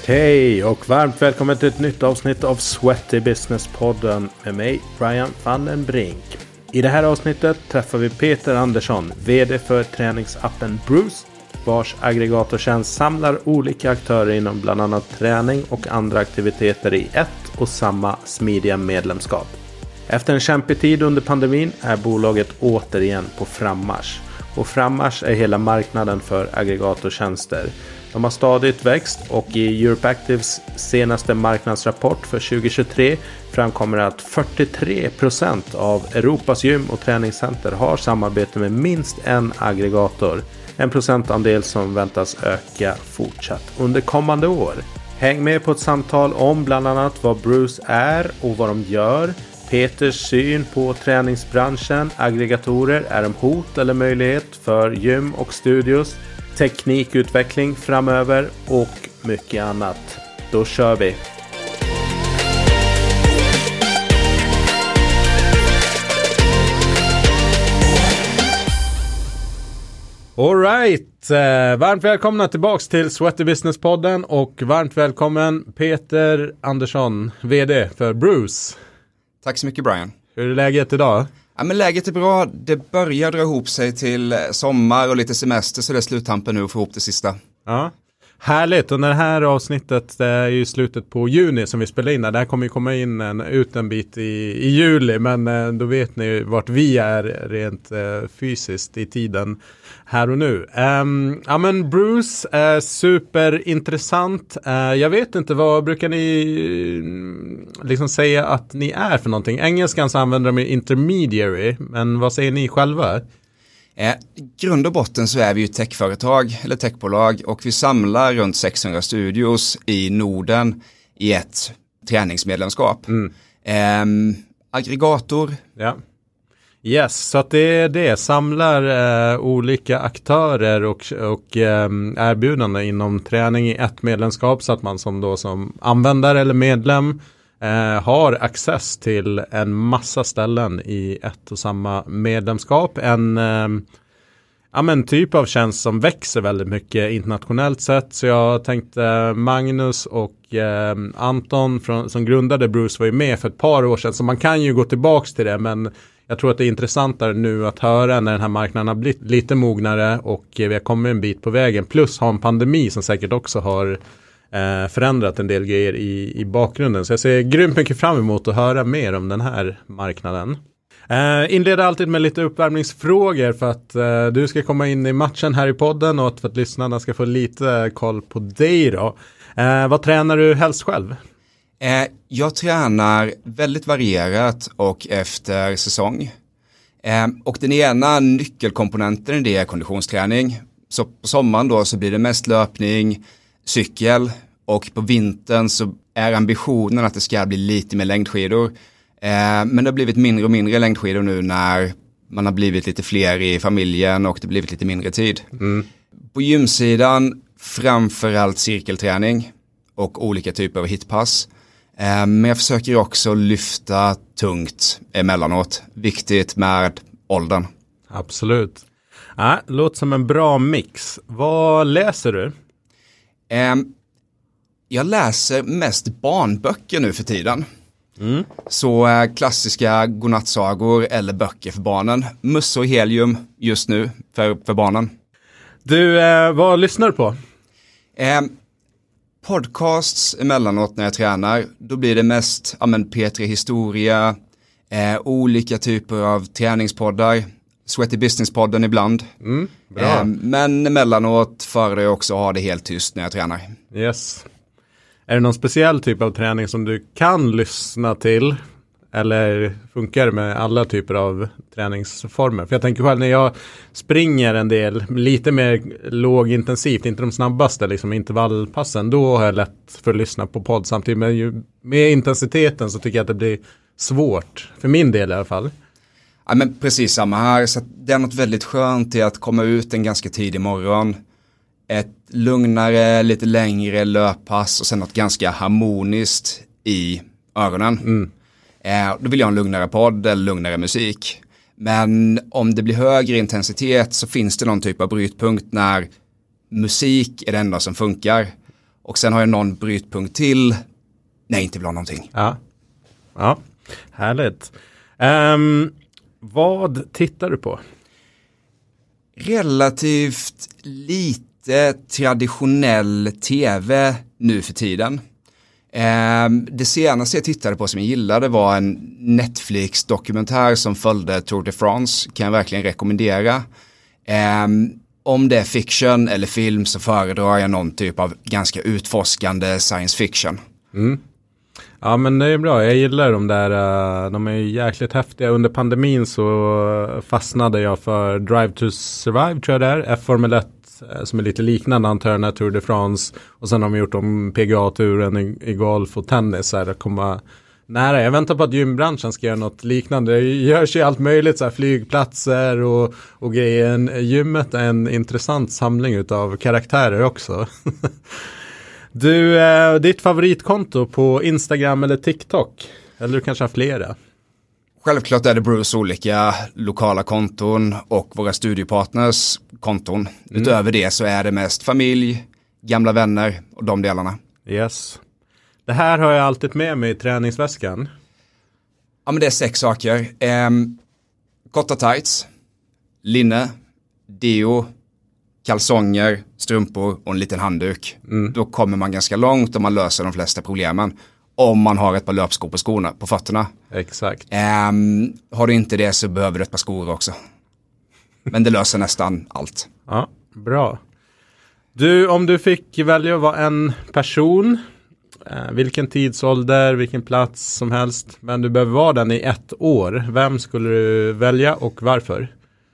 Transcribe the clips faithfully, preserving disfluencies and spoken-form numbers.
Hej och varmt välkommen till ett nytt avsnitt av Sweaty Business-podden med mig, Brian van den Brink. I det här avsnittet träffar vi Peter Andersson, vd för träningsappen Bruce, vars aggregatortjänst samlar olika aktörer inom bland annat träning och andra aktiviteter i ett och samma smidiga medlemskap. Efter en kämpig tid under pandemin är bolaget återigen på frammarsch. Och frammarsch är hela marknaden för aggregatortjänster. De har stadigt växt och i Europe Actives senaste marknadsrapport för tjugo tjugotre framkommer att fyrtiotre procent av Europas gym och träningscenter har samarbete med minst en aggregator. En procentandel som väntas öka fortsatt under kommande år. Häng med på ett samtal om bland annat vad Bruce är och vad de gör. Peters syn på träningsbranschen, aggregatorer, är de hot eller möjlighet för gym och studios, teknikutveckling framöver och mycket annat. Då kör vi! All right, eh, varmt välkomna tillbaks till Sweaty Business-podden och varmt välkommen Peter Andersson, vd för Bruce. Tack så mycket Brian. Hur är läget idag? Ja, men läget är bra. Det börjar dra ihop sig till sommar och lite semester, så det är sluttampen nu att få ihop det sista. Ja, härligt. Och när det här avsnittet, det är ju slutet på juni som vi spelar in. Det här kommer ju komma in en, ut en bit i, i juli, men eh, då vet ni vart vi är rent eh, fysiskt i tiden här och nu. Um, ja men Bruce är superintressant. Uh, jag vet inte, vad brukar ni liksom säga att ni är för någonting? Engelskan så använder de intermediary, men vad säger ni själva? Eh, grund och botten så är vi ju techföretag eller techbolag och vi samlar runt sexhundra studios i Norden i ett träningsmedlemskap. Mm. Eh, aggregator. Ja. Yes, så att det är det. Samlar eh, olika aktörer och, och eh, erbjudanden inom träning i ett medlemskap så att man som, då, som användare eller medlem eh, har access till en massa ställen i ett och samma medlemskap. En eh, ja, men typ av tjänst som växer väldigt mycket internationellt sett. Så jag tänkte Magnus och eh, Anton från, som grundade Bruce var ju med för ett par år sedan. Så man kan ju gå tillbaks till det, men jag tror att det är intressantare nu att höra när den här marknaden har blivit lite mognare och vi har kommit en bit på vägen. Plus har en pandemi som säkert också har eh, förändrat en del grejer i, i bakgrunden. Så jag ser grymt mycket fram emot att höra mer om den här marknaden. Eh, inleder alltid med lite uppvärmningsfrågor för att eh, du ska komma in i matchen här i podden och att, för att lyssnarna ska få lite koll på dig då. Eh, vad tränar du helst själv? Eh, jag tränar väldigt varierat och efter säsong. Eh, och den ena nyckelkomponenten i det är konditionsträning. Så på sommaren då så blir det mest löpning, cykel, och på vintern så är ambitionen att det ska bli lite mer längdskidor. Eh, men det har blivit mindre och mindre längdskidor nu när man har blivit lite fler i familjen och det har blivit lite mindre tid. Mm. På gymsidan framförallt cirkelträning och olika typer av hitpass. Men jag försöker också lyfta tungt emellanåt. Viktigt med åldern. Absolut. Ja, låter som en bra mix. Vad läser du? Jag läser mest barnböcker nu för tiden. Mm. Så klassiska godnattsagor eller böcker för barnen. Musse och helium just nu för, för barnen. Du, eh, vad lyssnar du på? Eh, Podcasts emellanåt när jag tränar, då blir det mest ja, men P tre Historia, eh, olika typer av träningspoddar, Sweaty Business-podden ibland. Mm, bra. Eh, men emellanåt föredrar jag också ha det helt tyst när jag tränar. Yes. Är det någon speciell typ av träning som du kan lyssna till? Eller funkar det med alla typer av träningsformer? För jag tänker själv när jag springer en del, lite mer lågintensivt, inte de snabbaste liksom, intervallpassen, då har jag lätt för att lyssna på podd. Samtidigt med, ju, med intensiteten så tycker jag att det blir svårt, för min del i alla fall. Ja, men precis samma här, så det är något väldigt skönt i att komma ut en ganska tidig morgon. Ett lugnare, lite längre löppass och sen något ganska harmoniskt i öronen. Mm. Eh, då vill jag ha en lugnare podd eller lugnare musik. Men om det blir högre intensitet så finns det någon typ av brytpunkt när musik är det enda som funkar. Och sen har jag någon brytpunkt till när jag inte vill ha någonting. Ja, ja. Härligt. Um, vad tittar du på? Relativt lite traditionell tv nu för tiden. Um, det senaste jag tittade på som jag gillade var en Netflix-dokumentär som följde Tour de France. Kan jag verkligen rekommendera. Um, om det är fiction eller film så föredrar jag någon typ av ganska utforskande science fiction. Mm. Ja, men det är bra. Jag gillar de där, uh, de är jäkligt häftiga. Under pandemin så fastnade jag för Drive to Survive, tror jag det är. F Formel ett uh, som är lite liknande antar Tour de France. Och sen har de gjort om P G A-turen i, i golf och tennis. Så här, att komma nära. Jag väntar på att gymbranschen ska göra något liknande. Det görs ju allt möjligt, så här, flygplatser och, och grejer. Gymmet är en intressant samling av karaktärer också. Du, eh, ditt favoritkonto på Instagram eller TikTok? Eller du kanske har flera? Självklart är det Bruce olika lokala konton och våra studiepartners konton. Mm. Utöver det så är det mest familj, gamla vänner och de delarna. Yes. Det här har jag alltid med mig i träningsväskan. Ja, men det är sex saker. Eh, korta tights, linne, deo, kalsonger, strumpor och en liten handduk. Mm. Då kommer man ganska långt och man löser de flesta problemen. Om man har ett par löpskor på skorna, på fötterna. Exakt. Um, har du inte det så behöver du ett par skor också. Men det löser nästan allt. Ja, bra. Du, om du fick välja att vara en person, eh, vilken tidsålder, vilken plats som helst, men du behöver vara den i ett år. Vem skulle du välja och varför?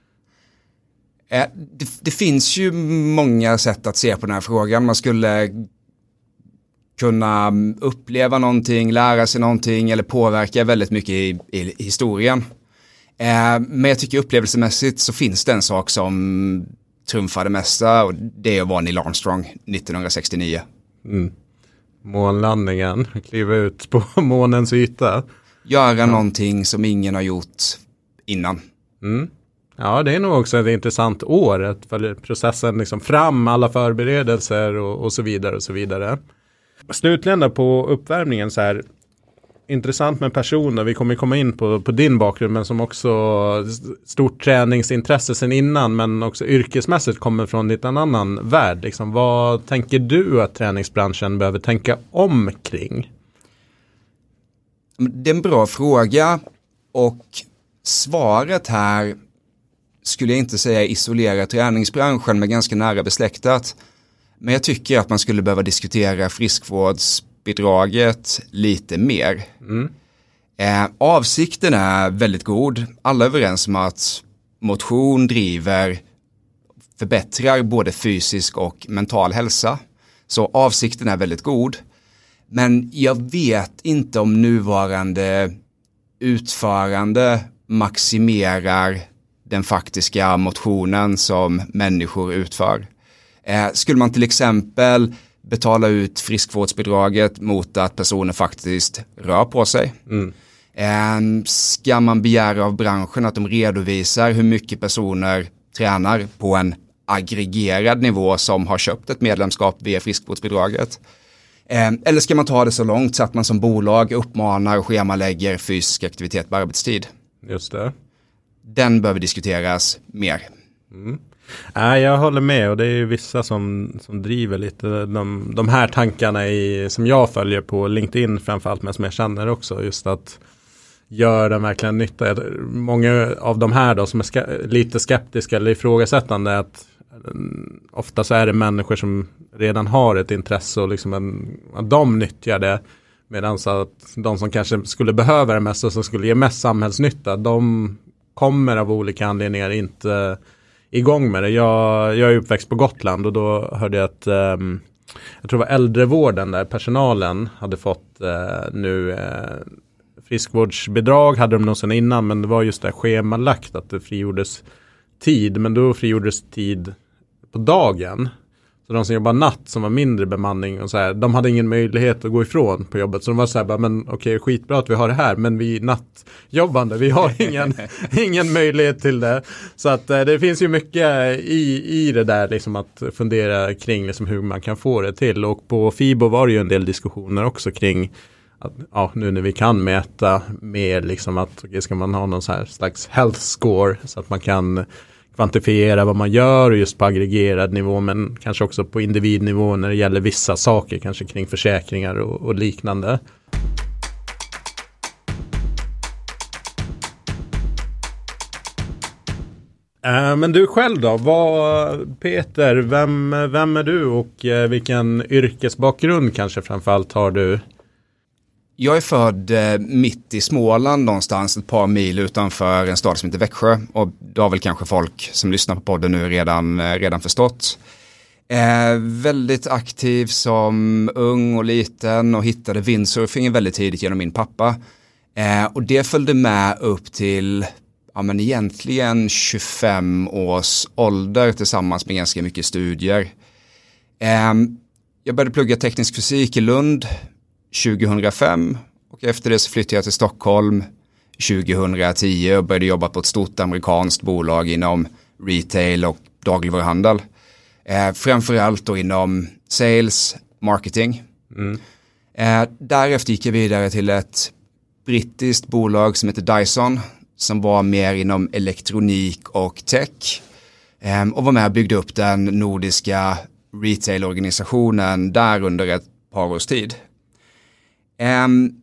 Det, det finns ju många sätt att se på den här frågan. Man skulle kunna uppleva någonting, lära sig någonting eller påverka väldigt mycket i, i, i historien. Eh, men jag tycker upplevelsemässigt så finns det en sak som trumfar det mesta och det är att vara Neil Armstrong nittonhundrasextionio. Mm. Månlandningen, kliva ut på månens yta. Göra ja. någonting som ingen har gjort innan. Mm. Ja, det är nog också ett intressant år att följa processen liksom fram, alla förberedelser och, och så vidare och så vidare. Slutligen då på uppvärmningen så här, intressant med personer, vi kommer komma in på, på din bakgrund men som också stort träningsintresse sen innan men också yrkesmässigt kommer från lite en annan värld. Liksom, vad tänker du att träningsbranschen behöver tänka om kring? Det är en bra fråga och svaret här skulle jag inte säga isolera träningsbranschen med ganska nära besläktat. Men jag tycker att man skulle behöva diskutera friskvårdsbidraget lite mer. Mm. Eh, avsikten är väldigt god. Alla är överens om att motion driver, förbättrar både fysisk och mental hälsa. Så avsikten är väldigt god. Men jag vet inte om nuvarande utförande maximerar den faktiska motionen som människor utför. Eh, skulle man till exempel betala ut friskvårdsbidraget mot att personer faktiskt rör på sig? Mm. Eh, ska man begära av branschen att de redovisar hur mycket personer tränar på en aggregerad nivå som har köpt ett medlemskap via friskvårdsbidraget? Eh, eller ska man ta det så långt så att man som bolag uppmanar och schemalägger fysisk aktivitet på arbetstid? Just det. Den behöver diskuteras mer. Mm. Ja, jag håller med och det är ju vissa som, som driver lite de, de här tankarna i, som jag följer på LinkedIn framförallt men som jag känner också just att göra verkligen nytta. Många av de här då som är ska, lite skeptiska eller ifrågasättande att ofta så är det människor som redan har ett intresse och liksom en, att de nyttjar det medan så att de som kanske skulle behöva det mest och som skulle ge mest samhällsnytta de kommer av olika anledningar inte igång med det. Jag, jag är uppväxt på Gotland och då hörde jag att um, jag tror det var äldrevården där personalen hade fått uh, nu uh, friskvårdsbidrag hade de nog sedan innan men det var just det schemalagt att det frigjordes tid men då frigjordes tid på dagen Så de som jobbar natt, som var mindre bemanning och så här, de hade ingen möjlighet att gå ifrån på jobbet. Så de var så här, bara, men okej, skitbra att vi har det här, men vi nattjobbande, vi har ingen, ingen möjlighet till det. Så att eh, det finns ju mycket i, i det där liksom att fundera kring liksom hur man kan få det till. Och på FIBO var det ju en del diskussioner också kring att, ja, nu när vi kan mäta mer liksom att okay, ska man ha någon så här slags health score så att man kan kvantifiera vad man gör just på aggregerad nivå, men kanske också på individnivå när det gäller vissa saker, kanske kring försäkringar och, och liknande. Äh, men du själv då? Vad, Peter, vem, vem är du och eh, vilken yrkesbakgrund kanske framförallt har du? Jag är född eh, mitt i Småland någonstans, ett par mil utanför en stad som heter Växjö. Och det har väl kanske folk som lyssnar på podden nu redan, eh, redan förstått. Eh, väldigt aktiv som ung och liten och hittade windsurfing väldigt tidigt genom min pappa. Eh, och det följde med upp till ja, men egentligen tjugofem års ålder tillsammans med ganska mycket studier. Eh, jag började plugga teknisk fysik i Lund tjugohundrafem och efter det så flyttade jag till Stockholm tjugohundratio och började jobba på ett stort amerikanskt bolag inom retail och dagligvaruhandel. Eh, framförallt då inom sales, marketing. Mm. Eh, därefter gick jag vidare till ett brittiskt bolag som heter Dyson som var mer inom elektronik och tech. Eh, och var med och byggde upp den nordiska retailorganisationen där under ett par års tid. Um,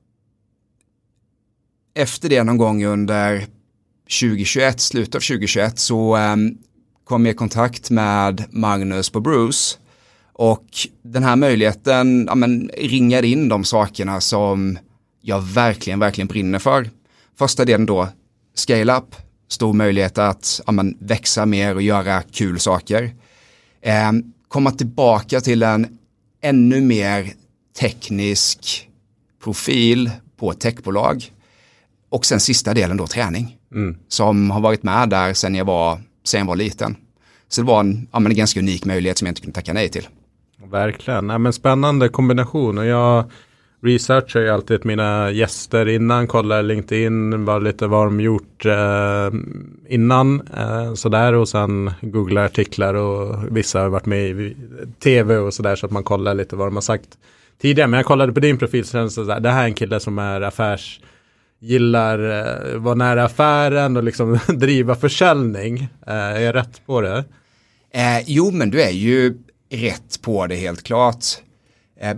efter det någon gång under tjugohundratjugoett, slutet av tjugohundratjugoett så um, kom jag i kontakt med Magnus på Bruce och den här möjligheten ja, men, ringade in de sakerna som jag verkligen, verkligen brinner för. Första delen då, scale up, stor möjlighet att ja, men, växa mer och göra kul saker. Um, komma tillbaka till en ännu mer teknisk profil på ett techbolag och sen sista delen då träning mm. som har varit med där sen jag var, sen jag var liten. Så det var en, ja, men en ganska unik möjlighet som jag inte kunde tacka nej till. Verkligen, ja, men spännande kombination och jag researchar ju alltid mina gäster innan, kollar LinkedIn, var lite vad de gjort eh, innan eh, sådär och sen googlar artiklar och vissa har varit med i tv och sådär så att man kollar lite vad de har sagt tidigare, men jag kollade på din profil så känns det så här, det här är en kille som är affärs, gillar eh, vara nära affären och liksom driva försäljning. Eh, är jag rätt på det? Eh, jo, men du är ju rätt på det helt klart. Eh,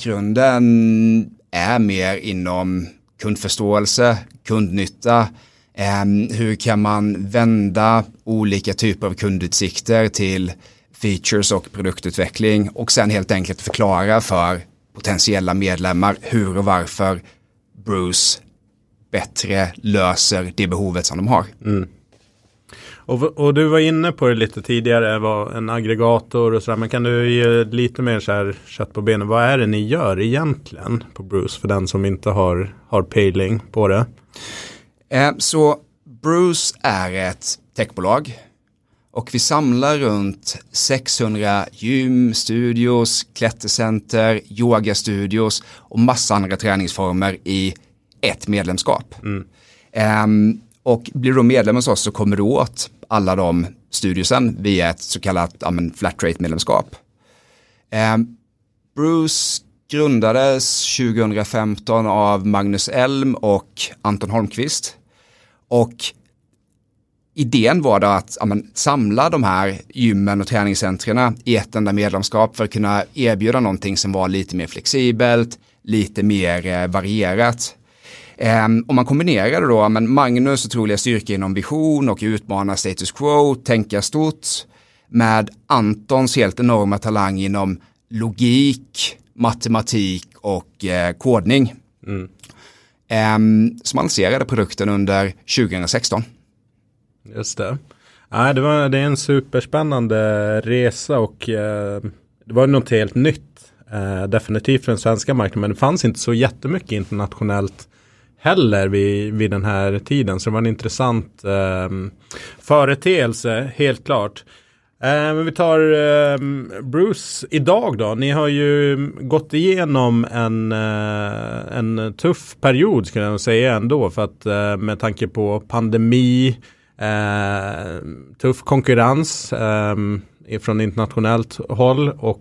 bakgrunden är mer inom kundförståelse, kundnytta. Eh, hur kan man vända olika typer av kundutsikter till features och produktutveckling och sen helt enkelt förklara för potentiella medlemmar hur och varför Bruce bättre löser det behovet som de har. Mm. Och, och du var inne på det lite tidigare, var en aggregator och sådär, men kan du ge lite mer så här kött på benen? Vad är det ni gör egentligen på Bruce för den som inte har, har pejling på det? Eh, så Bruce är ett techbolag. Och vi samlar runt sexhundra gym, studios, klättercenter, yogastudios och massa andra träningsformer i ett medlemskap. Mm. Um, och blir du medlem hos oss så kommer du åt alla de studiosen via ett så kallat ja, men flat rate medlemskap. Um, Bruce grundades tjugohundrafemton av Magnus Elm och Anton Holmqvist. Och idén var då att ja, men, samla de här gymmen och träningscentrerna i ett enda medlemskap för att kunna erbjuda någonting som var lite mer flexibelt, lite mer eh, varierat. Eh, och man kombinerade då ja, men Magnus otroliga styrka inom vision och utmana status quo, tänka stort med Antons helt enorma talang inom logik, matematik och eh, kodning. Mm. Eh, som lanserade produkten under tjugohundrasexton. Just det. Ja, det, var, det är en superspännande resa och eh, det var något helt nytt. Eh, definitivt för den svenska marknaden, men det fanns inte så jättemycket internationellt heller vid, vid den här tiden. Så det var en intressant eh, företeelse, helt klart. Men vi tar Bruce idag då. Ni har ju gått igenom en, en tuff period skulle jag säga ändå. För att med tanke på pandemi, tuff konkurrens från internationellt håll och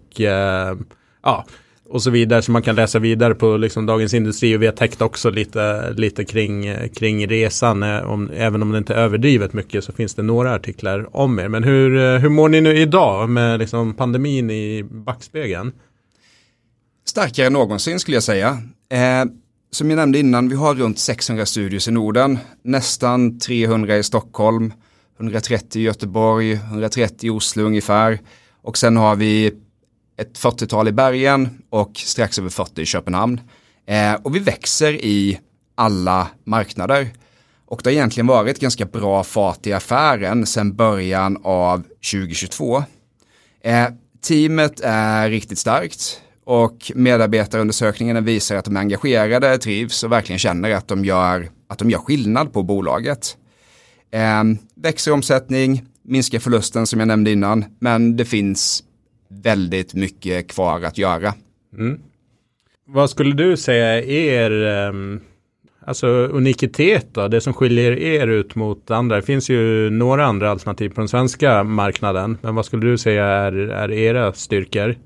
ja, och så vidare, så man kan läsa vidare på liksom Dagens Industri, och vi har täckt också lite, lite kring, kring resan, om, även om det inte är överdrivet mycket så finns det några artiklar om er. Men hur, hur mår ni nu idag med liksom pandemin i backspegeln? Starkare än någonsin skulle jag säga. Eh, som jag nämnde innan, vi har runt sexhundra studios i Norden, nästan trehundra i Stockholm, hundratrettio i Göteborg, hundratrettio i Oslo ungefär, och sen har vi ett fyrtiotal i Bergen och strax över fyrtio i Köpenhamn. Eh, och vi växer i alla marknader. Och det har egentligen varit ganska bra fart i affären sedan början av tjugohundratjugotvå. Eh, teamet är riktigt starkt och medarbetarundersökningarna visar att de är engagerade, trivs och verkligen känner att de gör, att de gör skillnad på bolaget. Eh, växer omsättning, minskar förlusten som jag nämnde innan, men det finns väldigt mycket kvar att göra. Mm. Vad skulle du säga är um, alltså unikitet då? Det som skiljer er ut mot andra? Det finns ju några andra alternativ på den svenska marknaden. Men vad skulle du säga är, är era styrkor?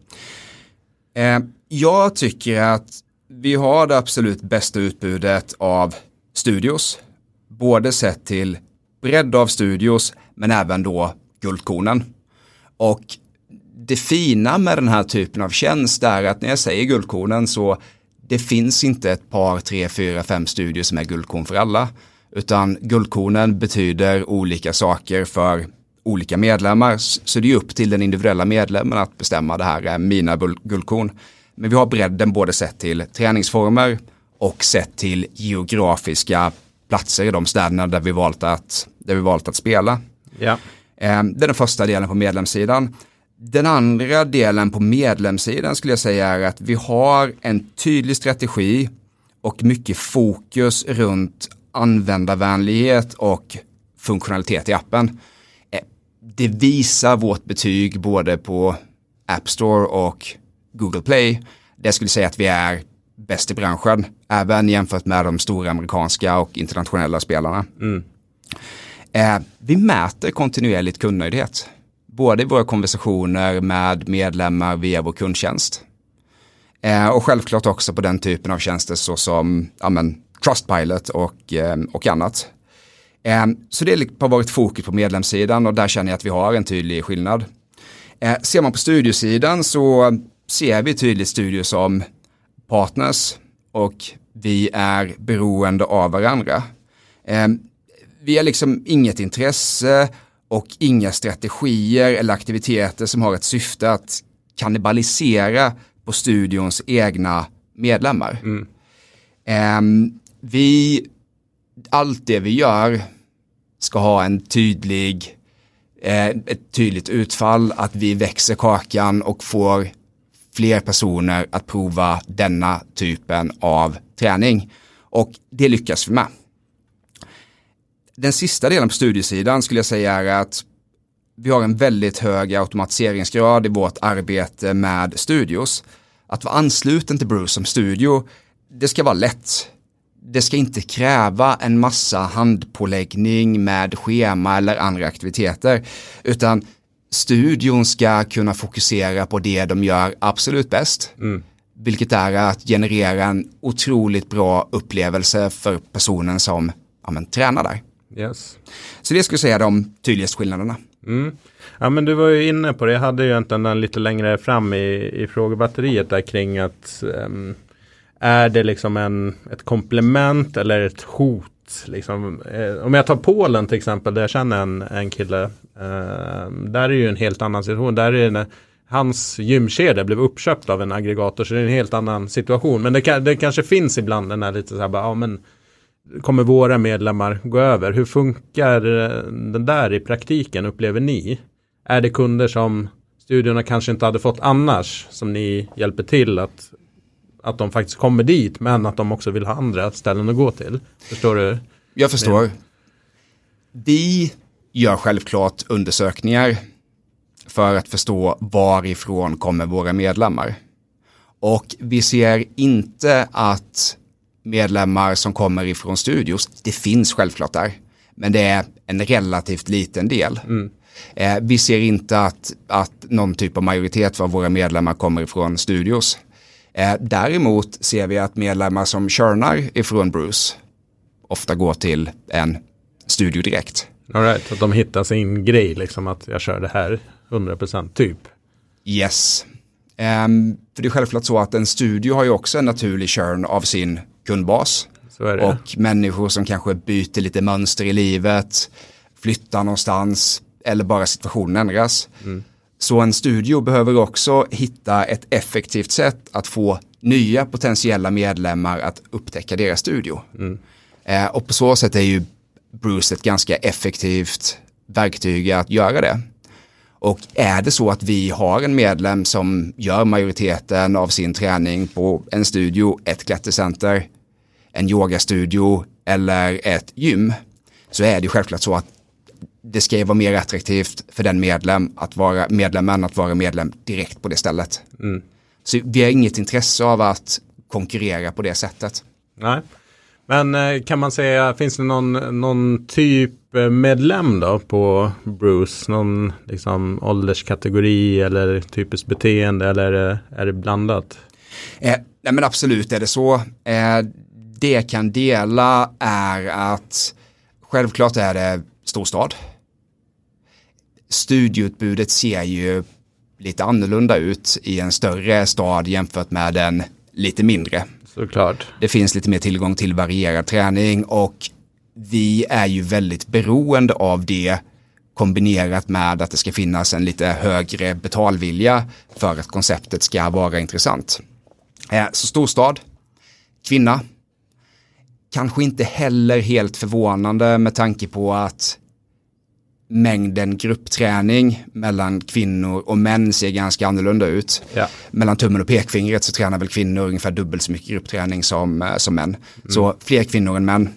Eh, jag tycker att vi har det absolut bästa utbudet av studios. Både sett till bredd av studios men även då guldkornen. Och det fina med den här typen av tjänst är att när jag säger guldkornen så det finns inte ett par, tre, fyra, fem studier som är guldkorn för alla. Utan guldkornen betyder olika saker för olika medlemmar. Så det är upp till den individuella medlemmen att bestämma det här är mina guldkorn. Men vi har bredden både sett till träningsformer och sett till geografiska platser i de städerna där vi valt att, där vi valt att spela. Ja. Det är den första delen på medlemssidan. Den andra delen på medlemssidan skulle jag säga är att vi har en tydlig strategi och mycket fokus runt användarvänlighet och funktionalitet i appen. Det visar vårt betyg både på App Store och Google Play. Det skulle säga att vi är bäst i branschen, även jämfört med de stora amerikanska och internationella spelarna. Mm. Vi mäter kontinuerligt kundnöjdhet. Både i våra konversationer med medlemmar via vår kundtjänst. Eh, och självklart också på den typen av tjänster såsom ja, men, Trustpilot och, eh, och annat. Eh, så det har varit fokus på medlemssidan och där känner jag att vi har en tydlig skillnad. Eh, ser man på studiosidan så ser vi tydligt studier som partners och vi är beroende av varandra. Eh, vi har liksom inget intresse och inga strategier eller aktiviteter som har ett syfte att kannibalisera på studions egna medlemmar. Mm. Um, vi, allt det vi gör ska ha en tydlig, eh, ett tydligt utfall, att vi växer kakan och får fler personer att prova denna typen av träning. Och det lyckas vi med. Den sista delen på studiesidan skulle jag säga är att vi har en väldigt hög automatiseringsgrad i vårt arbete med studios. Att vara ansluten till Bruce som studio, det ska vara lätt. Det ska inte kräva en massa handpåläggning med schema eller andra aktiviteter. Utan studion ska kunna fokusera på det de gör absolut bäst. Mm. Vilket är att generera en otroligt bra upplevelse för personen som ja, men, tränar där. Yes. Så det skulle jag säga de tydligaste skillnaderna. Mm. Ja, men du var ju inne på det. Jag hade ju egentligen den lite längre fram i, i frågebatteriet där kring att um, är det liksom en, ett komplement eller ett hot? Liksom, eh, om jag tar Polen till exempel, där jag känner en, en kille, eh, där är ju en helt annan situation. Där är en, hans gymkedja blev uppköpt av en aggregator, så det är en helt annan situation. Men det, kan, det kanske finns ibland den här lite så här, bara, ja men kommer våra medlemmar gå över? Hur funkar den där i praktiken, upplever ni? Är det kunder som studiorna kanske inte hade fått annars, som ni hjälper till att, att de faktiskt kommer dit, men att de också vill ha andra ställen att gå till? Förstår du? Jag förstår. Vi gör självklart undersökningar för att förstå varifrån kommer våra medlemmar. Och vi ser inte att medlemmar som kommer ifrån studios, det finns självklart där, men det är en relativt liten del. Mm. Eh, vi ser inte att, att någon typ av majoritet av våra medlemmar kommer ifrån studios. Eh, däremot ser vi att medlemmar som körnar ifrån Bruce ofta går till en studio direkt. All right, att de hittar sin grej, liksom att jag kör det här hundra procent typ. Yes. Um, för det är självklart så att en studio har ju också en naturlig churn av sin kundbas. Så är det. Och människor som kanske byter lite mönster i livet, flyttar någonstans eller bara situationen ändras. Mm. Så en studio behöver också hitta ett effektivt sätt att få nya potentiella medlemmar att upptäcka deras studio. Mm. Uh, och på så sätt är ju Bruce ett ganska effektivt verktyg att göra det. Och är det så att vi har en medlem som gör majoriteten av sin träning på en studio, ett klättercenter, en yogastudio eller ett gym, så är det självklart så att det ska vara mer attraktivt för den medlem att vara medlemmen att vara medlem direkt på det stället. Mm. Så vi har inget intresse av att konkurrera på det sättet. Nej. Men kan man säga, finns det någon, någon typ medlem då på Bruce? Någon liksom ålderskategori eller typiskt beteende, eller är det, är det blandat? Eh, nej men absolut är det så. Eh, det jag kan dela är att självklart är det storstad. Studieutbudet ser ju lite annorlunda ut i en större stad jämfört med en lite mindre. Såklart. Det finns lite mer tillgång till varierad träning och vi är ju väldigt beroende av det kombinerat med att det ska finnas en lite högre betalvilja för att konceptet ska vara intressant. Så storstad, kvinna, kanske inte heller helt förvånande med tanke på att mängden gruppträning mellan kvinnor och män ser ganska annorlunda ut. Ja. Mellan tummen och pekfingret så tränar väl kvinnor ungefär dubbelt så mycket gruppträning som, som män. Mm. Så fler kvinnor än män.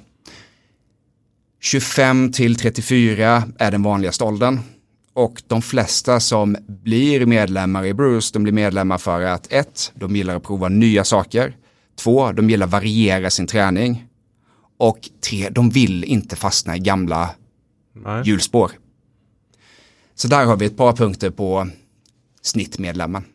tjugofem till trettiofyra är den vanligaste åldern. Och de flesta som blir medlemmar i Bruce, de blir medlemmar för att ett, de gillar att prova nya saker. Två, de gillar att variera sin träning. Och tre, de vill inte fastna i gamla Nej. hjulspår. Så där har vi ett par punkter på snittmedlemmen.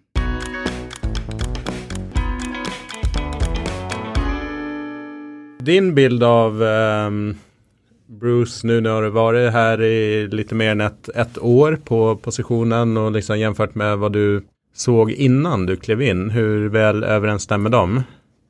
Din bild av um, Bruce nu när du varit här i lite mer än ett, ett år på positionen och liksom jämfört med vad du såg innan du klev in, hur väl överensstämmer de?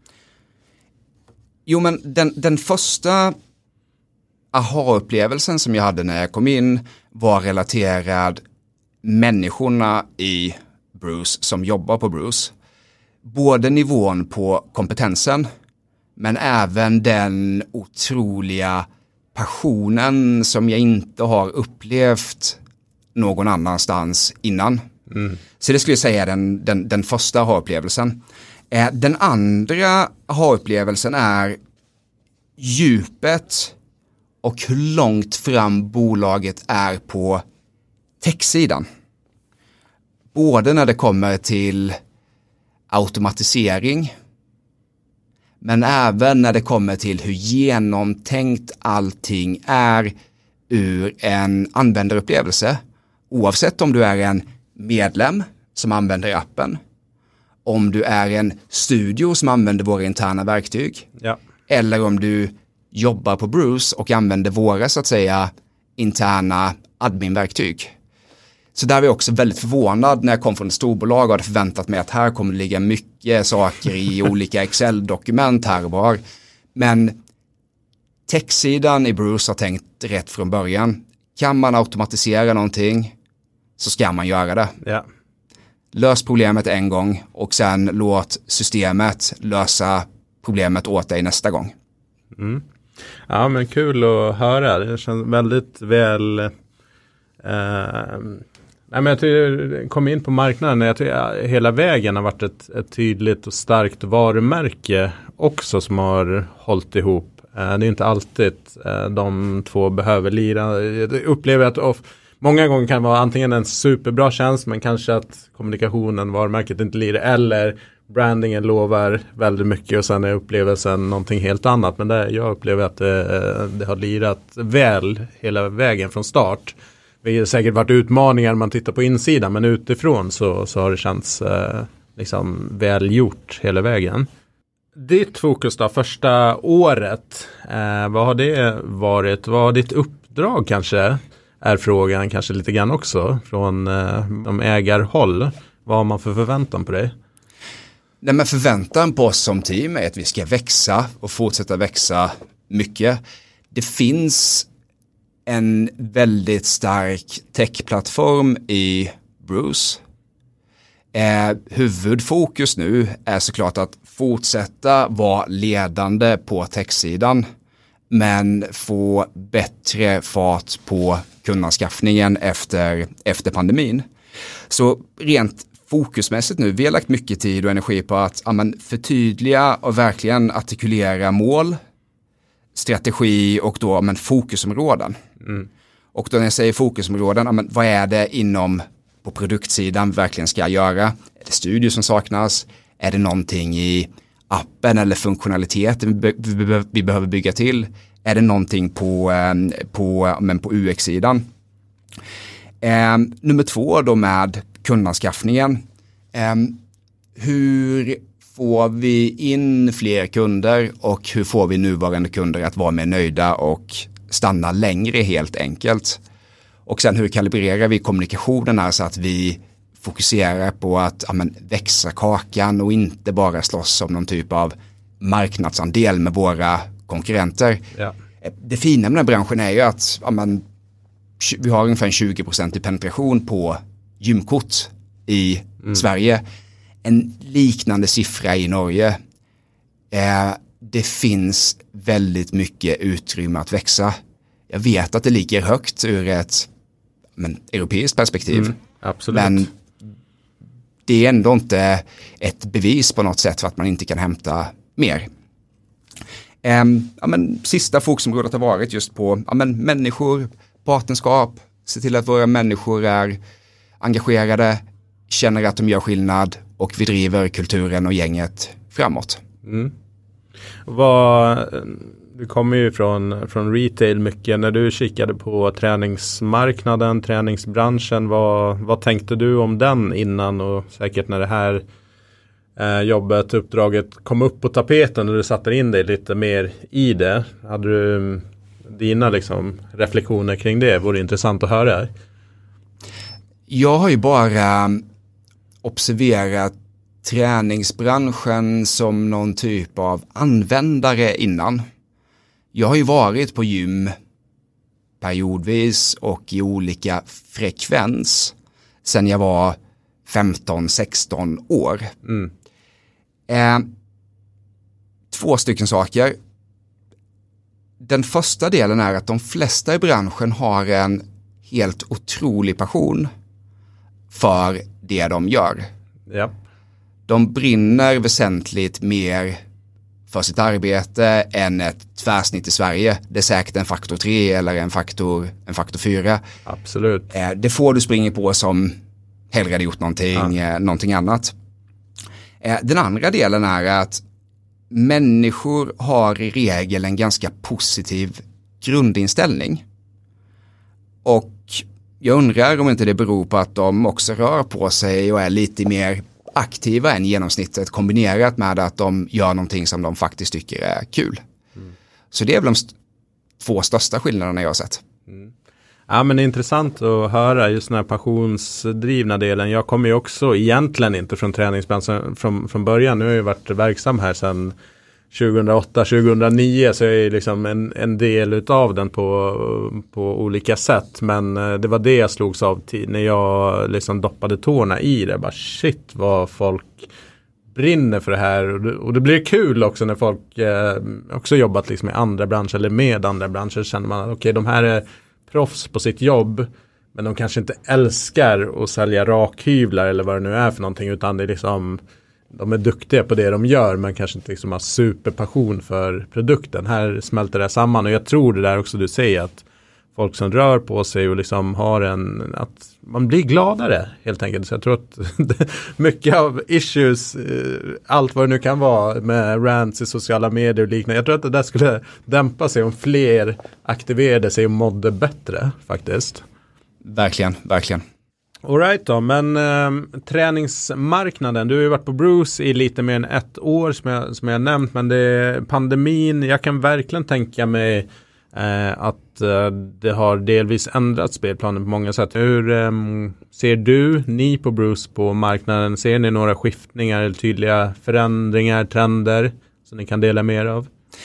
Jo, men den, den första aha-upplevelsen som jag hade när jag kom in var relaterad människorna i Bruce som jobbar på Bruce. Både nivån på kompetensen men även den otroliga passionen som jag inte har upplevt någon annanstans innan. Mm. Så det skulle jag säga den, den, den första aha-upplevelsen. Eh, den andra aha-upplevelsen är djupet och hur långt fram bolaget är på techsidan. Både när det kommer till automatisering men även när det kommer till hur genomtänkt allting är ur en användarupplevelse. Oavsett om du är en medlem som använder appen, om du är en studio som använder våra interna verktyg, ja. Eller om du jobbar på Bruce och använder våra så att säga interna adminverktyg. Så där var jag också väldigt förvånad när jag kom från ett storbolag och hade förväntat mig att här kommer det ligga mycket saker i olika Excel-dokument här och var. Men techsidan i Bruce har tänkt rätt från början. Kan man automatisera någonting så ska man göra det. Ja. Lös problemet en gång och sen låt systemet lösa problemet åt dig nästa gång. Mm. Ja, men kul att höra. Det känns väldigt väl... Eh, nej, men jag tycker, kom in på marknaden. Jag tycker hela vägen har varit ett, ett tydligt och starkt varumärke också som har hållit ihop. Eh, det är inte alltid eh, de två behöver lira. Jag upplever att of, många gånger kan det vara antingen en superbra tjänst, men kanske att kommunikationen, varumärket inte lirar, eller brandingen lovar väldigt mycket och sen är upplevelsen någonting helt annat. Men det, jag upplever att det, det har lirat väl hela vägen från start. Det har säkert varit utmaningar när man tittar på insidan, men utifrån så, så har det känts eh, liksom välgjort hela vägen. Ditt fokus då, första året, eh, vad har det varit? Vad har ditt uppdrag kanske, är frågan kanske lite grann också från eh, de ägarhåll. Vad har man för förväntan på dig? Nej, men förväntan på oss som team är att vi ska växa och fortsätta växa mycket. Det finns en väldigt stark techplattform i Bruce. Eh, huvudfokus nu är såklart att fortsätta vara ledande på techsidan, men få bättre fart på kundanskaffningen efter, efter pandemin. Så rent fokusmässigt nu, vi har lagt mycket tid och energi på att ja, men, förtydliga och verkligen artikulera mål, strategi och då men, fokusområden. Mm. Och då när jag säger fokusområden, ja, men, vad är det inom på produktsidan verkligen ska göra? Är det studier som saknas? Är det någonting i appen eller funktionaliteten vi, be- vi, be- vi behöver bygga till? Är det någonting på, eh, på, men, på U X-sidan? Eh, nummer två då med kundanskaffningen. Eh, hur får vi in fler kunder och hur får vi nuvarande kunder att vara mer nöjda och stanna längre helt enkelt? Och sen hur kalibrerar vi kommunikationen här så att vi fokuserar på att ja, men, växa kakan och inte bara slåss om någon typ av marknadsandel med våra konkurrenter. Ja. Det fina med den här branschen är ju att ja, men, vi har ungefär tjugo procent i penetration på gymkort i mm. Sverige. En liknande siffra i Norge. Eh, det finns väldigt mycket utrymme att växa. Jag vet att det ligger högt ur ett men, europeiskt perspektiv. Mm, absolut. Men det är ändå inte ett bevis på något sätt för att man inte kan hämta mer. Eh, ja, men, sista fokusområdet har varit just på ja, men, människor, partnerskap, se till att våra människor är engagerade, känner att de gör skillnad och vi driver kulturen och gänget framåt. Mm. Vad, du kommer ju från, från retail mycket. När du kikade på träningsmarknaden, träningsbranschen, vad, vad tänkte du om den innan och säkert när det här eh, jobbet, uppdraget kom upp på tapeten och du satte in dig lite mer i det? Hade du dina liksom, reflektioner kring det? Vore intressant att höra. Jag har ju bara observerat träningsbranschen som någon typ av användare innan. Jag har ju varit på gym periodvis och i olika frekvens sedan jag var femton sexton år. Mm. Eh, två stycken saker. Den första delen är att de flesta i branschen har en helt otrolig passion för det de gör. Ja. De brinner väsentligt mer för sitt arbete än ett tvärsnitt i Sverige. Det är säkert en faktor tre eller en faktor, en faktor fyra. Absolut. Det får du springa på som hellre hade gjort någonting, ja. någonting annat. Den andra delen är att människor har i regel en ganska positiv grundinställning. Och jag undrar om inte det beror på att de också rör på sig och är lite mer aktiva än genomsnittet kombinerat med att de gör någonting som de faktiskt tycker är kul. Mm. Så det är väl de st- två största skillnaderna jag har sett. Mm. Ja, men det är intressant att höra just den här passionsdrivna delen. Jag kommer ju också egentligen inte från träningsbranschen från, från början. Nu har jag ju varit verksam här sedan tjugohundraåtta tjugohundranio, så jag är liksom en, en del utav den på, på olika sätt. Men det var det jag slogs av till, när jag liksom doppade tårna i det. Bara shit vad folk brinner för det här. Och det, och det blir kul också när folk eh, också jobbat liksom i andra branscher eller med andra branscher. Känner man att okej, okay, de här är proffs på sitt jobb, men de kanske inte älskar att sälja rakhyvlar eller vad det nu är för någonting, utan det är liksom, de är duktiga på det de gör men kanske inte liksom har superpassion för produkten. Här smälter det samman och jag tror det där också du säger att folk som rör på sig och liksom har en, att man blir gladare helt enkelt. Så jag tror att mycket av issues, allt vad det nu kan vara med rants i sociala medier och liknande, jag tror att det där skulle dämpa sig om fler aktiverade sig och mådde bättre faktiskt. Verkligen, verkligen. All right då, men eh, träningsmarknaden, du har ju varit på Bruce i lite mer än ett år som jag, som jag nämnt, men det är pandemin, jag kan verkligen tänka mig eh, att eh, det har delvis ändrat spelplanen på många sätt. Hur eh, ser du, ni på Bruce på marknaden, ser ni några skiftningar eller tydliga förändringar, trender som ni kan dela mer av?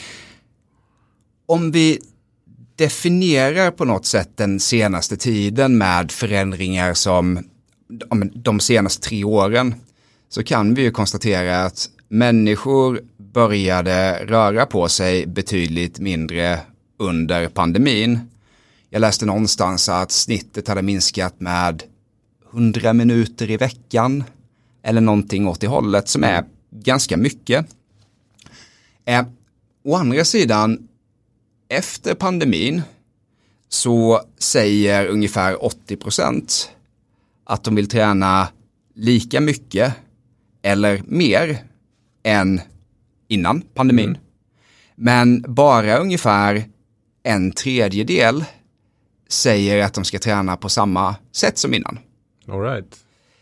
Om vi definierar på något sätt den senaste tiden med förändringar som de senaste tre åren, så kan vi ju konstatera att människor började röra på sig betydligt mindre under pandemin. Jag läste någonstans att snittet hade minskat med hundra minuter i veckan eller någonting åt det hållet, som är ganska mycket. Eh, å andra sidan, efter pandemin så säger ungefär åttio procent att de vill träna lika mycket eller mer än innan pandemin. Mm. Men bara ungefär en tredjedel säger att de ska träna på samma sätt som innan. All right.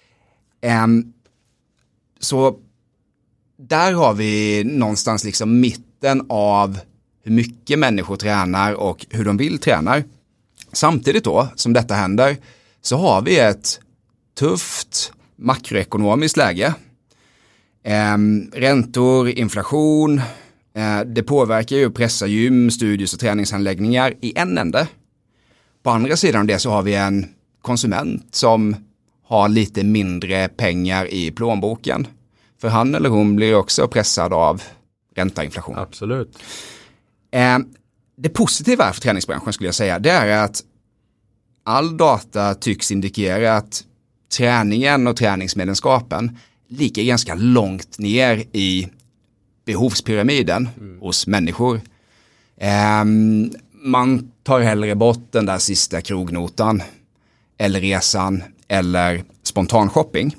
Um, så där har vi någonstans liksom mitten av hur mycket människor tränar och hur de vill träna. Samtidigt då som detta händer så har vi ett tufft makroekonomiskt läge. Eh, räntor, inflation, eh, det påverkar ju och pressar gym, studios och träningsanläggningar i en ände. På andra sidan av det så har vi en konsument som har lite mindre pengar i plånboken. För han eller hon blir också pressad av räntainflation. Absolut. Eh, det positiva för träningsbranschen skulle jag säga, det är att all data tycks indikera att träningen och träningsmedlemskapen ligger ganska långt ner i behovspyramiden mm. hos människor. Eh, man tar hellre bort den där sista krognotan eller resan eller spontanshopping.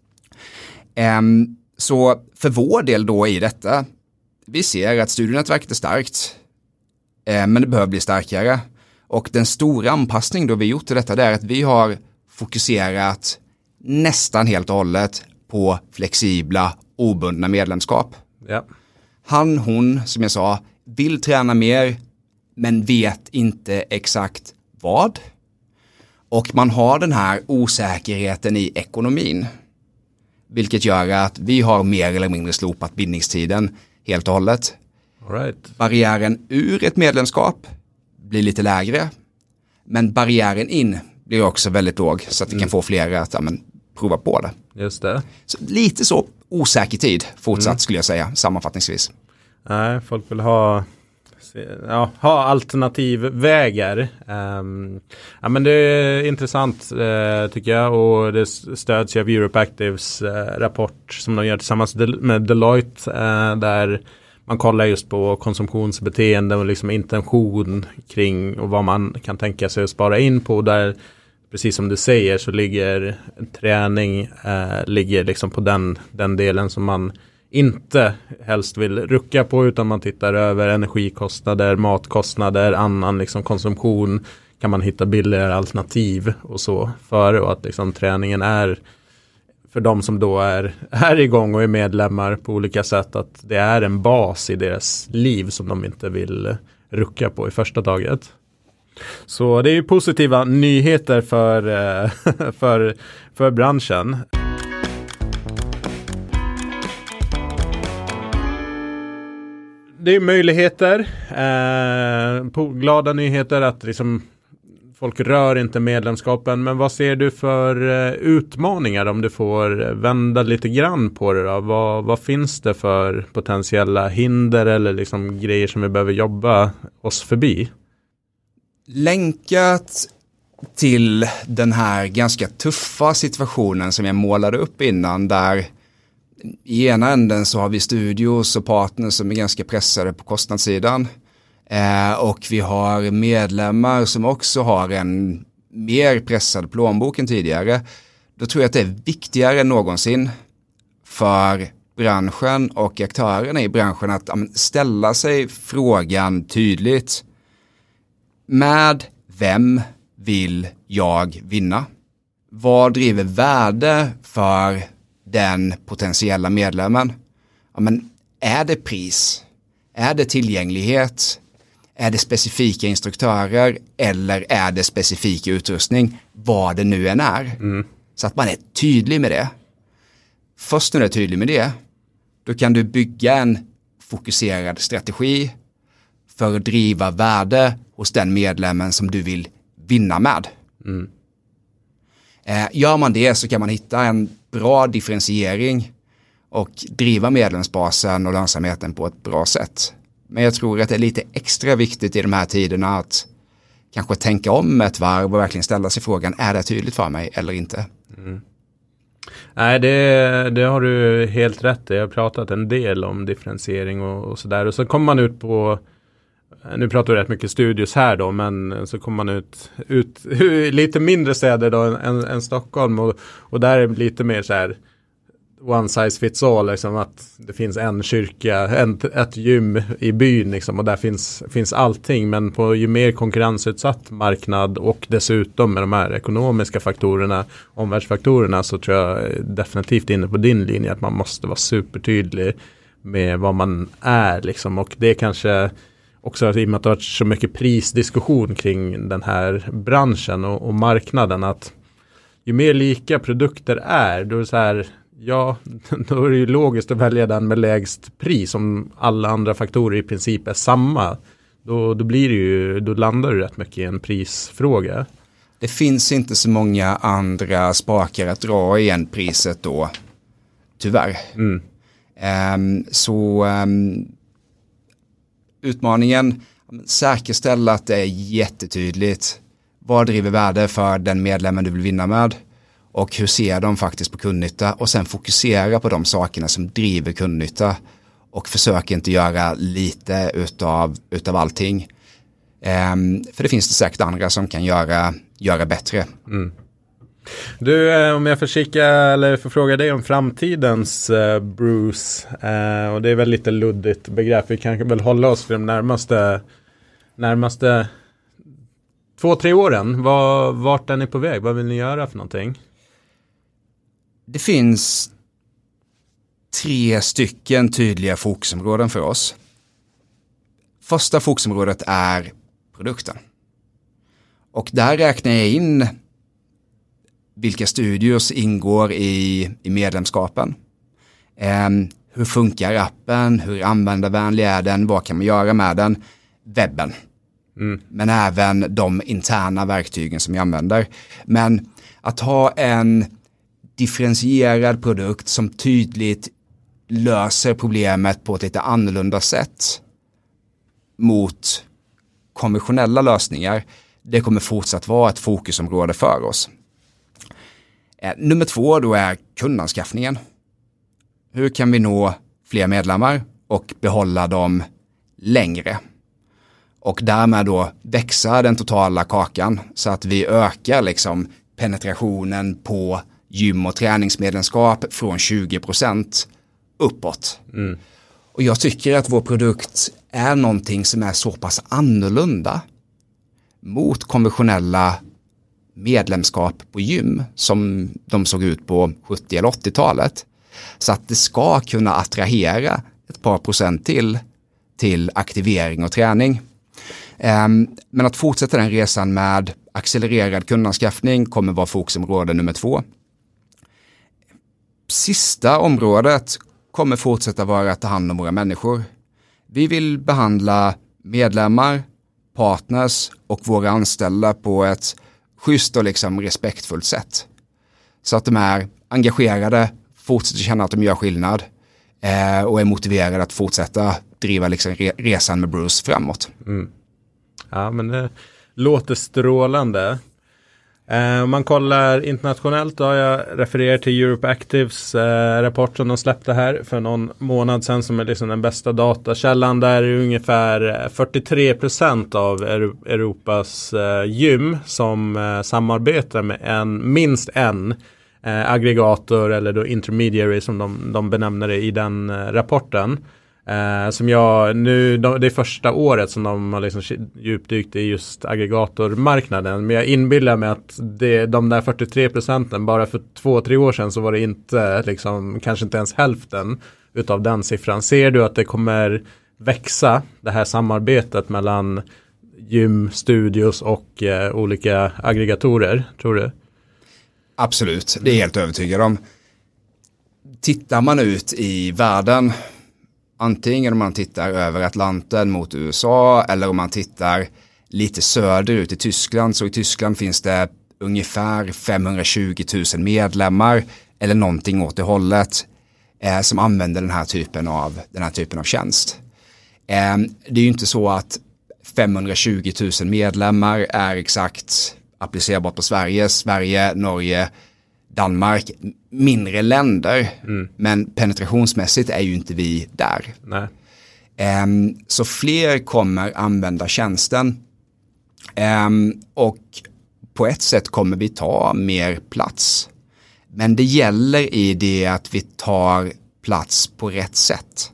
Eh, så för vår del då i detta, vi ser att studienätverket är starkt, eh, men det behöver bli starkare. Och den stora anpassning då vi gjort till detta, det är att vi har fokuserat nästan helt och hållet på flexibla, obundna medlemskap. Ja. Han, hon, som jag sa, vill träna mer, men vet inte exakt vad. Och man har den här osäkerheten i ekonomin, vilket gör att vi har mer eller mindre slopat bindningstiden helt och hållet. All right. Barriären ur ett medlemskap blir lite lägre, men barriären in blir också väldigt låg, så att vi mm. kan få fler att ja, men, prova på det. Just det. Så lite så osäker tid fortsatt mm. skulle jag säga, sammanfattningsvis. Nej, folk vill ha ja, ha alternativvägar. Um, ja, men det är intressant uh, tycker jag, och det stöds av Europe Actives uh, rapport som de gör tillsammans med Deloitte uh, där man kollar just på konsumtionsbeteende och liksom intention kring och vad man kan tänka sig att spara in på. Där, precis som du säger, så ligger träning eh, ligger liksom på den, den delen som man inte helst vill rucka på, utan man tittar över energikostnader, matkostnader, annan liksom konsumtion. Kan man hitta billigare alternativ och så före, och att liksom träningen är för de som då är, är igång och är medlemmar på olika sätt, att det är en bas i deras liv som de inte vill rucka på i första taget. Så det är ju positiva nyheter för, för, för branschen. Det är möjligheter, eh, på glada nyheter att liksom folk rör inte medlemskapen, men vad ser du för uh, utmaningar om du får vända lite grann på det då? Vad, vad finns det för potentiella hinder eller liksom grejer som vi behöver jobba oss förbi? Länkat till den här ganska tuffa situationen som jag målade upp innan, där i ena änden så har vi studios och partners som är ganska pressade på kostnadssidan. Eh, och vi har medlemmar som också har en mer pressad plånbok än tidigare. Då tror jag att det är viktigare än någonsin för branschen och aktörerna i branschen att ja, ställa sig frågan tydligt. Med vem vill jag vinna? Vad driver värde för den potentiella medlemmen? Ja, men är det pris? Är det tillgänglighet? Är det specifika instruktörer? Eller är det specifik utrustning? Vad det nu än är. Mm. Så att man är tydlig med det. Först när du är tydlig med det, då kan du bygga en fokuserad strategi för att driva värde hos den medlemmen som du vill vinna med. Mm. Eh, gör man det så kan man hitta en bra differentiering och driva medlemsbasen och lönsamheten på ett bra sätt. Men jag tror att det är lite extra viktigt i de här tiderna att kanske tänka om ett varv och verkligen ställa sig frågan, är det tydligt för mig eller inte? Mm. Nej, det, det har du helt rätt i. Jag har pratat en del om differentiering och, och sådär. Och så kommer man ut på, nu pratar vi rätt mycket studios här då, men så kommer man ut, ut lite mindre städer då än, än Stockholm. Och, och där är det lite mer så här one size fits all, liksom, att det finns en kyrka, en, ett gym i byn liksom, och där finns, finns allting. Men på ju mer konkurrensutsatt marknad och dessutom med de här ekonomiska faktorerna, omvärldsfaktorerna, så tror jag definitivt inne på din linje att man måste vara supertydlig med vad man är liksom. Och det är kanske också att i och med att det har varit så mycket prisdiskussion kring den här branschen och, och marknaden, att ju mer lika produkter är, då är det så här, ja, då är det ju logiskt att välja den med lägst pris om alla andra faktorer i princip är samma. Då, då blir det ju, då landar det rätt mycket i en prisfråga. Det finns inte så många andra spakar att dra igen priset då, tyvärr. Mm. Um, så um, utmaningen, säkerställa att det är jättetydligt. Vad driver värde för den medlemmen du vill vinna med? Och hur ser de faktiskt på kundnytta? Och sen fokusera på de sakerna som driver kundnytta. Och försök inte göra lite utav, utav allting. Um, för det finns det säkert andra som kan göra, göra bättre. Mm. Du, eh, om jag får kika, eller får fråga dig om framtidens eh, Bruce. Eh, och det är väl lite luddigt begrepp. Vi kan väl hålla oss för de närmaste, närmaste två, tre åren. Var, vart är ni på väg? Vad vill ni göra för någonting? Det finns tre stycken tydliga fokusområden för oss. Första fokusområdet är produkten. Och där räknar jag in vilka studios ingår i, i medlemskapen. Eh, hur funkar appen? Hur användarvänlig är den? Vad kan man göra med den? Webben. Mm. Men även de interna verktygen som jag använder. Men att ha en differentierad produkt som tydligt löser problemet på ett lite annorlunda sätt mot konventionella lösningar, det kommer fortsatt vara ett fokusområde för oss. Eh, nummer två då är kundanskaffningen. Hur kan vi nå fler medlemmar och behålla dem längre? Och därmed då växa den totala kakan så att vi ökar liksom penetrationen på gym- och träningsmedlemskap från tjugo procent uppåt. Mm. Och jag tycker att vår produkt är någonting som är så pass annorlunda mot konventionella medlemskap på gym som de såg ut på sjuttio- eller åttiotalet. Så att det ska kunna attrahera ett par procent till till aktivering och träning. Um, men att fortsätta den resan med accelererad kundanskaffning kommer vara fokusområde nummer två. Sista området kommer fortsätta vara att ta hand om våra människor. Vi vill behandla medlemmar, partners och våra anställda på ett schysst och liksom respektfullt sätt. Så att de är engagerade, fortsätter känna att de gör skillnad eh, och är motiverade att fortsätta driva liksom re- resan med Bruce framåt. Mm. Ja, men det låter strålande. Eh, om man kollar internationellt, då har jag refererat till Europe Actives eh, rapport som de släppte här för någon månad sedan, som är liksom den bästa datakällan. Där är ungefär fyrtiotre procent av Euro- Europas eh, gym som eh, samarbetar med en, minst en eh, aggregator, eller då intermediary som de, de benämner det i den eh, rapporten. Eh, som jag nu, de, det är första året som de har liksom djupdykt i just aggregatormarknaden. Men jag inbillar mig att det, de där fyrtiotre procenten, bara för två, tre år sedan så var det inte, liksom, kanske inte ens hälften utav den siffran. Ser du att det kommer växa, det här samarbetet mellan gym, studios och eh, olika aggregatorer, tror du? Absolut, det är helt övertygad om. Tittar man ut i världen, antingen om man tittar över Atlanten mot U S A eller om man tittar lite söderut i Tyskland, så i Tyskland finns det ungefär femhundratjugo tusen medlemmar eller någonting åt det hållet eh, som använder den här typen av, den här typen av tjänst. Eh, det är ju inte så att femhundratjugo tusen medlemmar är exakt applicerbart på Sverige, Sverige, Norge, Danmark, mindre länder, mm. men penetrationsmässigt är ju inte vi där. Nej. Um, så fler kommer använda tjänsten um, och på ett sätt kommer vi ta mer plats. Men det gäller i det att vi tar plats på rätt sätt.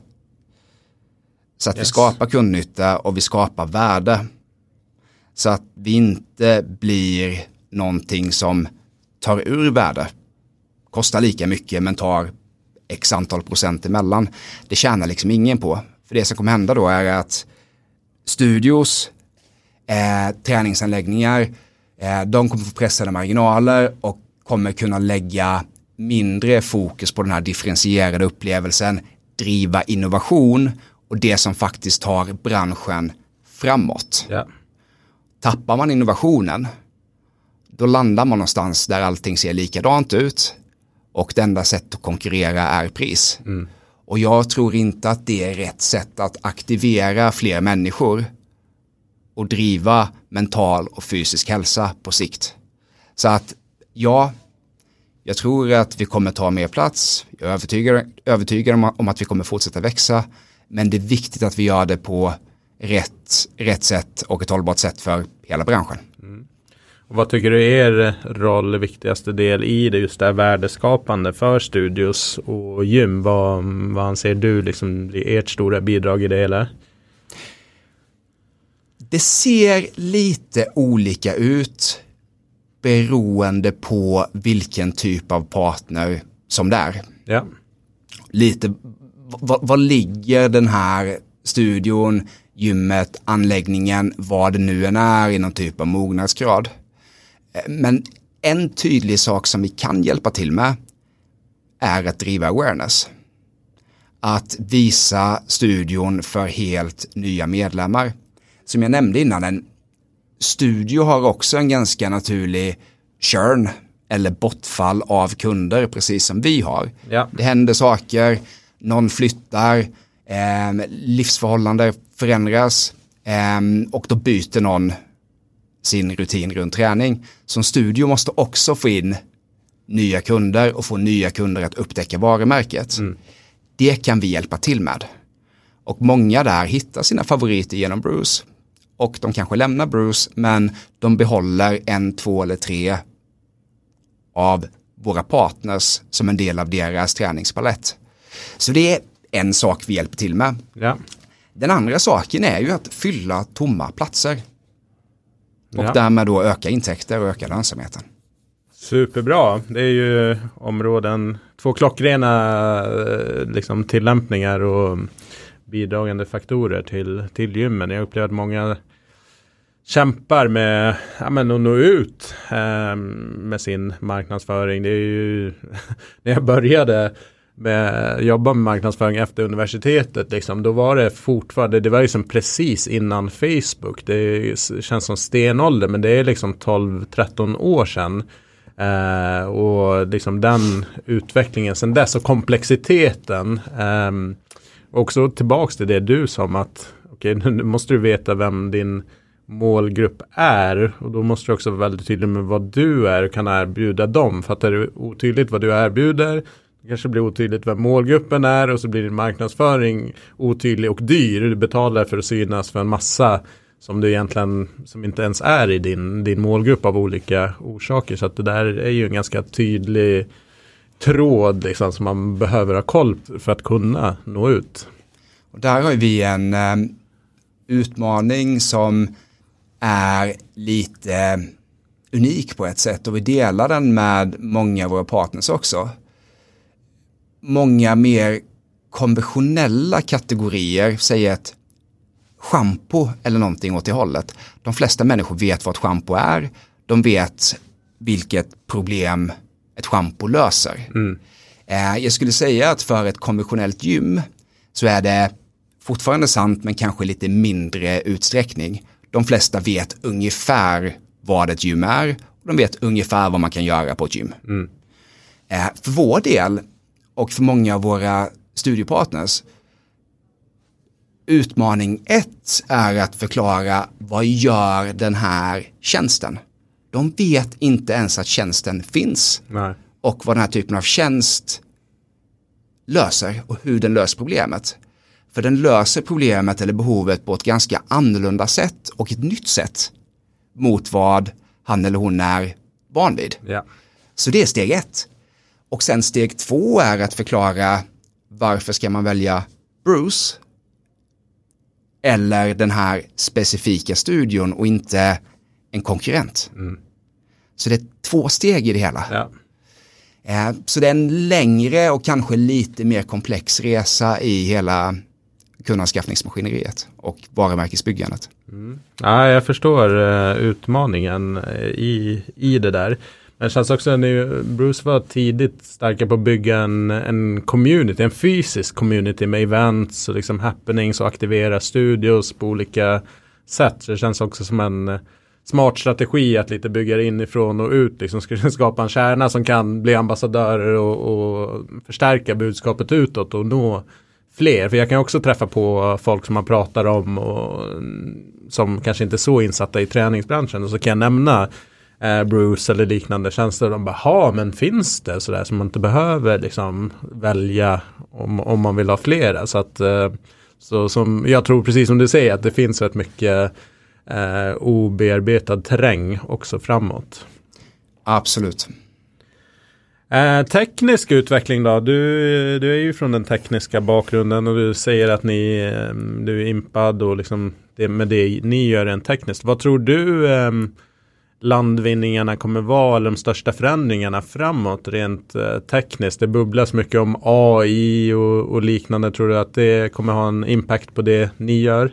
Så att yes. vi skapar kundnytta och vi skapar värde. Så att vi inte blir någonting som tar ur värde, kostar lika mycket men tar x antal procent emellan. Det tjänar liksom ingen på. För det som kommer hända då är att studios, eh, träningsanläggningar, eh, de kommer få pressade marginaler och kommer kunna lägga mindre fokus på den här differentierade upplevelsen, driva innovation och det som faktiskt tar branschen framåt. Ja. Tappar man innovationen, då landar man någonstans där allting ser likadant ut och det enda sättet att konkurrera är pris. Mm. Och jag tror inte att det är rätt sätt att aktivera fler människor och driva mental och fysisk hälsa på sikt. Så att ja, jag tror att vi kommer ta mer plats. Jag är övertygad, övertygad om, om att vi kommer fortsätta växa. Men det är viktigt att vi gör det på rätt, rätt sätt och ett hållbart sätt för hela branschen. Mm. Och vad tycker du är er roll, viktigaste del i det, just det här värdeskapande för studios och gym? Vad, vad anser du liksom blir ert stora bidrag i det hela? Det ser lite olika ut beroende på vilken typ av partner som det är. Ja. Lite, vad, vad ligger den här studion, gymmet, anläggningen, vad det nu än är i någon typ av mognadsgrad. Men en tydlig sak som vi kan hjälpa till med är att driva awareness. Att visa studion för helt nya medlemmar. Som jag nämnde innan, en studio har också en ganska naturlig churn eller bortfall av kunder, precis som vi har. Ja. Det händer saker, någon flyttar, eh, livsförhållanden förändras eh, och då byter någon sin rutin runt träning. Som studio måste också få in nya kunder och få nya kunder att upptäcka varumärket. Mm. Det kan vi hjälpa till med. Och många där hittar sina favoriter genom Bruce. Och de kanske lämnar Bruce, men de behåller en, två eller tre av våra partners som en del av deras träningspalett. Så det är en sak vi hjälper till med. Ja. Den andra saken är ju att fylla tomma platser. Och ja. därmed då öka intäkter och öka lönsamheten. Superbra. Det är ju områden, två klockrena liksom, tillämpningar och bidragande faktorer till, till gymmen. Jag upplever att många kämpar med ja, men att nå ut eh, med sin marknadsföring. Det är ju när jag började med jobba med marknadsföring efter universitetet, liksom, då var det fortfarande, det var liksom precis innan Facebook. Det känns som stenålder, men det är liksom tolv tretton år sedan. Eh, och liksom den utvecklingen sedan dess och komplexiteten. Eh, också tillbaks till det du sa om att okej, okay, nu måste du veta vem din målgrupp är. Och då måste du också vara väldigt tydlig med vad du är och kan erbjuda dem. För att är det otydligt vad du erbjuder, det kanske blir otydligt vad målgruppen är och så blir din marknadsföring otydlig och dyr. Du betalar för att synas för en massa som du egentligen som inte ens är i din, din målgrupp av olika orsaker. Så att det där är ju en ganska tydlig tråd liksom, som man behöver ha koll för att kunna nå ut. Och där har vi en eh, utmaning som är lite unik på ett sätt och vi delar den med många av våra partners också. Många mer konventionella kategorier, säger ett shampoo eller någonting åt det hållet. De flesta människor vet vad ett shampoo är. De vet vilket problem ett shampoo löser. Mm. Eh, jag skulle säga att för ett konventionellt gym så är det fortfarande sant men kanske lite mindre utsträckning. De flesta vet ungefär vad ett gym är och de vet ungefär vad man kan göra på ett gym. Mm. Eh, för vår del och för många av våra studiepartners, utmaning ett är att förklara vad gör den här tjänsten. De vet inte ens att tjänsten finns. Nej. Och vad den här typen av tjänst löser och hur den löser problemet. För den löser problemet eller behovet på ett ganska annorlunda sätt och ett nytt sätt mot vad han eller hon är van vid. Ja. Så det är steg ett. Och sen steg två är att förklara varför ska man välja Bruce eller den här specifika studion och inte en konkurrent. Mm. Så det är två steg i det hela. Ja. Eh, så det är en längre och kanske lite mer komplex resa i hela kundanskaffningsmaskineriet och varumärkesbyggandet. Mm. Ja, jag förstår uh, utmaningen i, i det där. Men det känns också att Bruce var tidigt starka på att bygga en, en community, en fysisk community med events och liksom happenings och aktivera studios på olika sätt. Så det känns också som en smart strategi att lite bygga inifrån och ut. Liksom skapa en kärna som kan bli ambassadörer och, och förstärka budskapet utåt och nå fler. För jag kan också träffa på folk som man pratar om och som kanske inte är så insatta i träningsbranschen och så kan jag nämna eh, Bruce eller liknande tjänster och de bara, ha men finns det sådär som man inte behöver liksom välja om, om man vill ha flera. Så att eh, så som jag tror precis som du säger att det finns rätt mycket eh, obearbetad terräng också framåt. Absolut. Eh, teknisk utveckling då, du, du är ju från den tekniska bakgrunden och du säger att ni, du är impad och liksom det, med det ni gör en tekniskt. Vad tror du eh, landvinningarna kommer vara eller de största förändringarna framåt rent eh, tekniskt? Det bubblas mycket om A I och, och liknande. Tror du att det kommer ha en impact på det ni gör?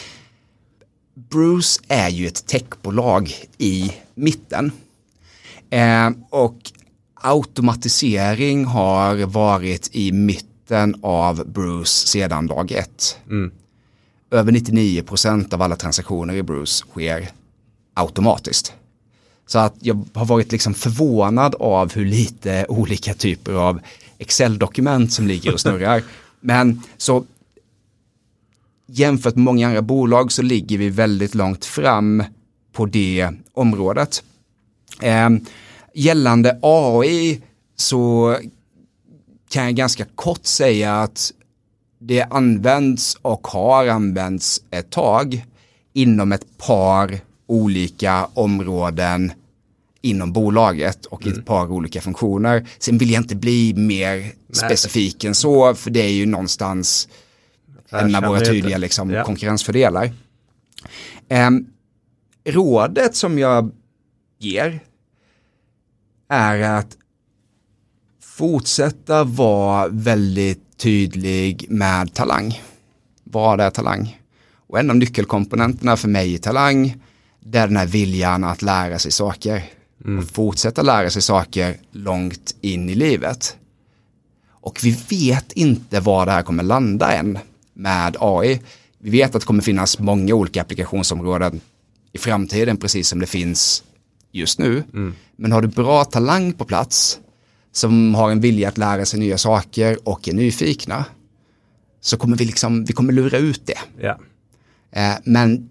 Bruce är ju ett techbolag i mitten eh, och automatisering har varit i mitten av Bruce sedan dag ett. Mm. Över nittionio procent av alla transaktioner i Bruce sker automatiskt. Så att jag har varit liksom förvånad av hur lite olika typer av Excel-dokument som ligger och snurrar. Men så jämfört med många andra bolag så ligger vi väldigt långt fram på det området. Eh, Gällande A I så kan jag ganska kort säga att det används och har använts ett tag inom ett par olika områden inom bolaget och mm. ett par olika funktioner. Sen vill jag inte bli mer Nej. specifik än så, för det är ju någonstans en av våra tydliga liksom, ja. konkurrensfördelar. Eh, rådet som jag ger är att fortsätta vara väldigt tydlig med talang. Vad är talang? Och en av nyckelkomponenterna för mig i talang, det är den här viljan att lära sig saker. Mm. Och fortsätta lära sig saker långt in i livet. Och vi vet inte var det här kommer landa än med A I. Vi vet att det kommer finnas många olika applikationsområden i framtiden, precis som det finns just nu. Mm. Men har du bra talang på plats som har en vilja att lära sig nya saker och är nyfikna, så kommer vi liksom, vi kommer lura ut det. Yeah. Eh, men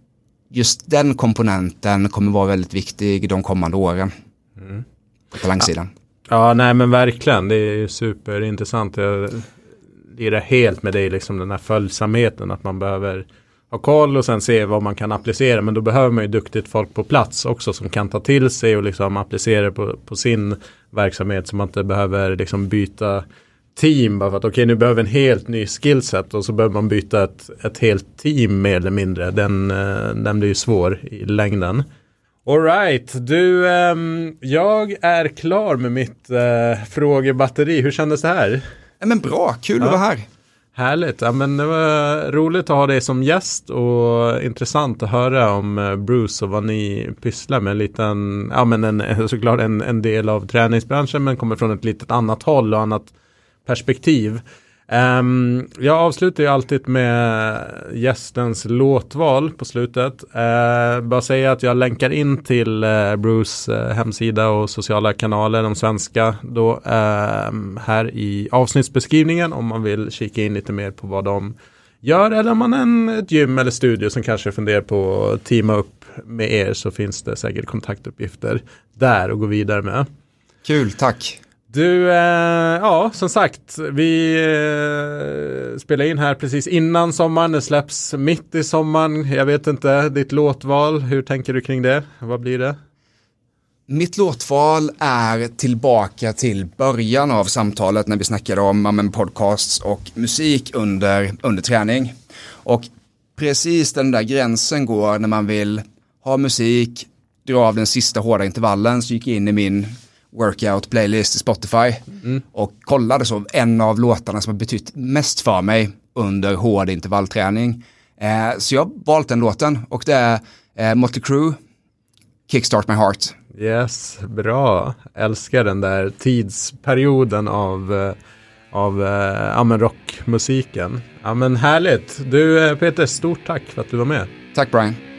just den komponenten kommer vara väldigt viktig de kommande åren. Mm. På långsidan. Ja. ja, nej men verkligen. Det är superintressant. Jag lirar helt med dig, liksom den här följsamheten, att man behöver ha koll och sen se vad man kan applicera. Men då behöver man ju duktigt folk på plats också som kan ta till sig och liksom applicera på, på sin verksamhet, så man inte behöver liksom byta team bara för att okej, okay, nu behöver en helt ny skillset och så behöver man byta ett, ett helt team mer eller mindre. Den, den blir ju svår i längden. All right, du, um, jag är klar med mitt uh, frågebatteri. Hur kändes det här? Ja, men bra, kul ja. Att vara här. Härligt, ja, men det var roligt att ha dig som gäst och intressant att höra om Bruce och vad ni pysslar med. En liten, ja men en, såklart en, en del av träningsbranschen, men kommer från ett litet annat håll och annat perspektiv. Um, jag avslutar ju alltid med gästens låtval på slutet. Uh, bara säga att jag länkar in till uh, Bruce uh, hemsida och sociala kanaler, de svenska, då, uh, här i avsnittsbeskrivningen om man vill kika in lite mer på vad de gör, eller om man är en, ett gym eller studio som kanske funderar på att teama upp med er, så finns det säkert kontaktuppgifter där att gå vidare med. Kul, tack. Du, eh, ja som sagt, vi eh, spelar in här precis innan sommaren, det släpps mitt i sommaren. Jag vet inte, ditt låtval, hur tänker du kring det? Vad blir det? Mitt låtval är tillbaka till början av samtalet när vi snackade om amen, podcasts och musik under, under träning. Och precis den där gränsen går när man vill ha musik, dra av den sista hårda intervallen, så gick jag in i min workout playlist i Spotify mm. och kollade så en av låtarna som har betytt mest för mig under hård intervallträning. Eh, så jag har valt den låten, och det är eh, Mötley Crüe, Kickstart My Heart. Yes, bra. Älskar den där tidsperioden av, av ja, men rockmusiken. Ja, men härligt. Du Peter, stort tack för att du var med. Tack Brian.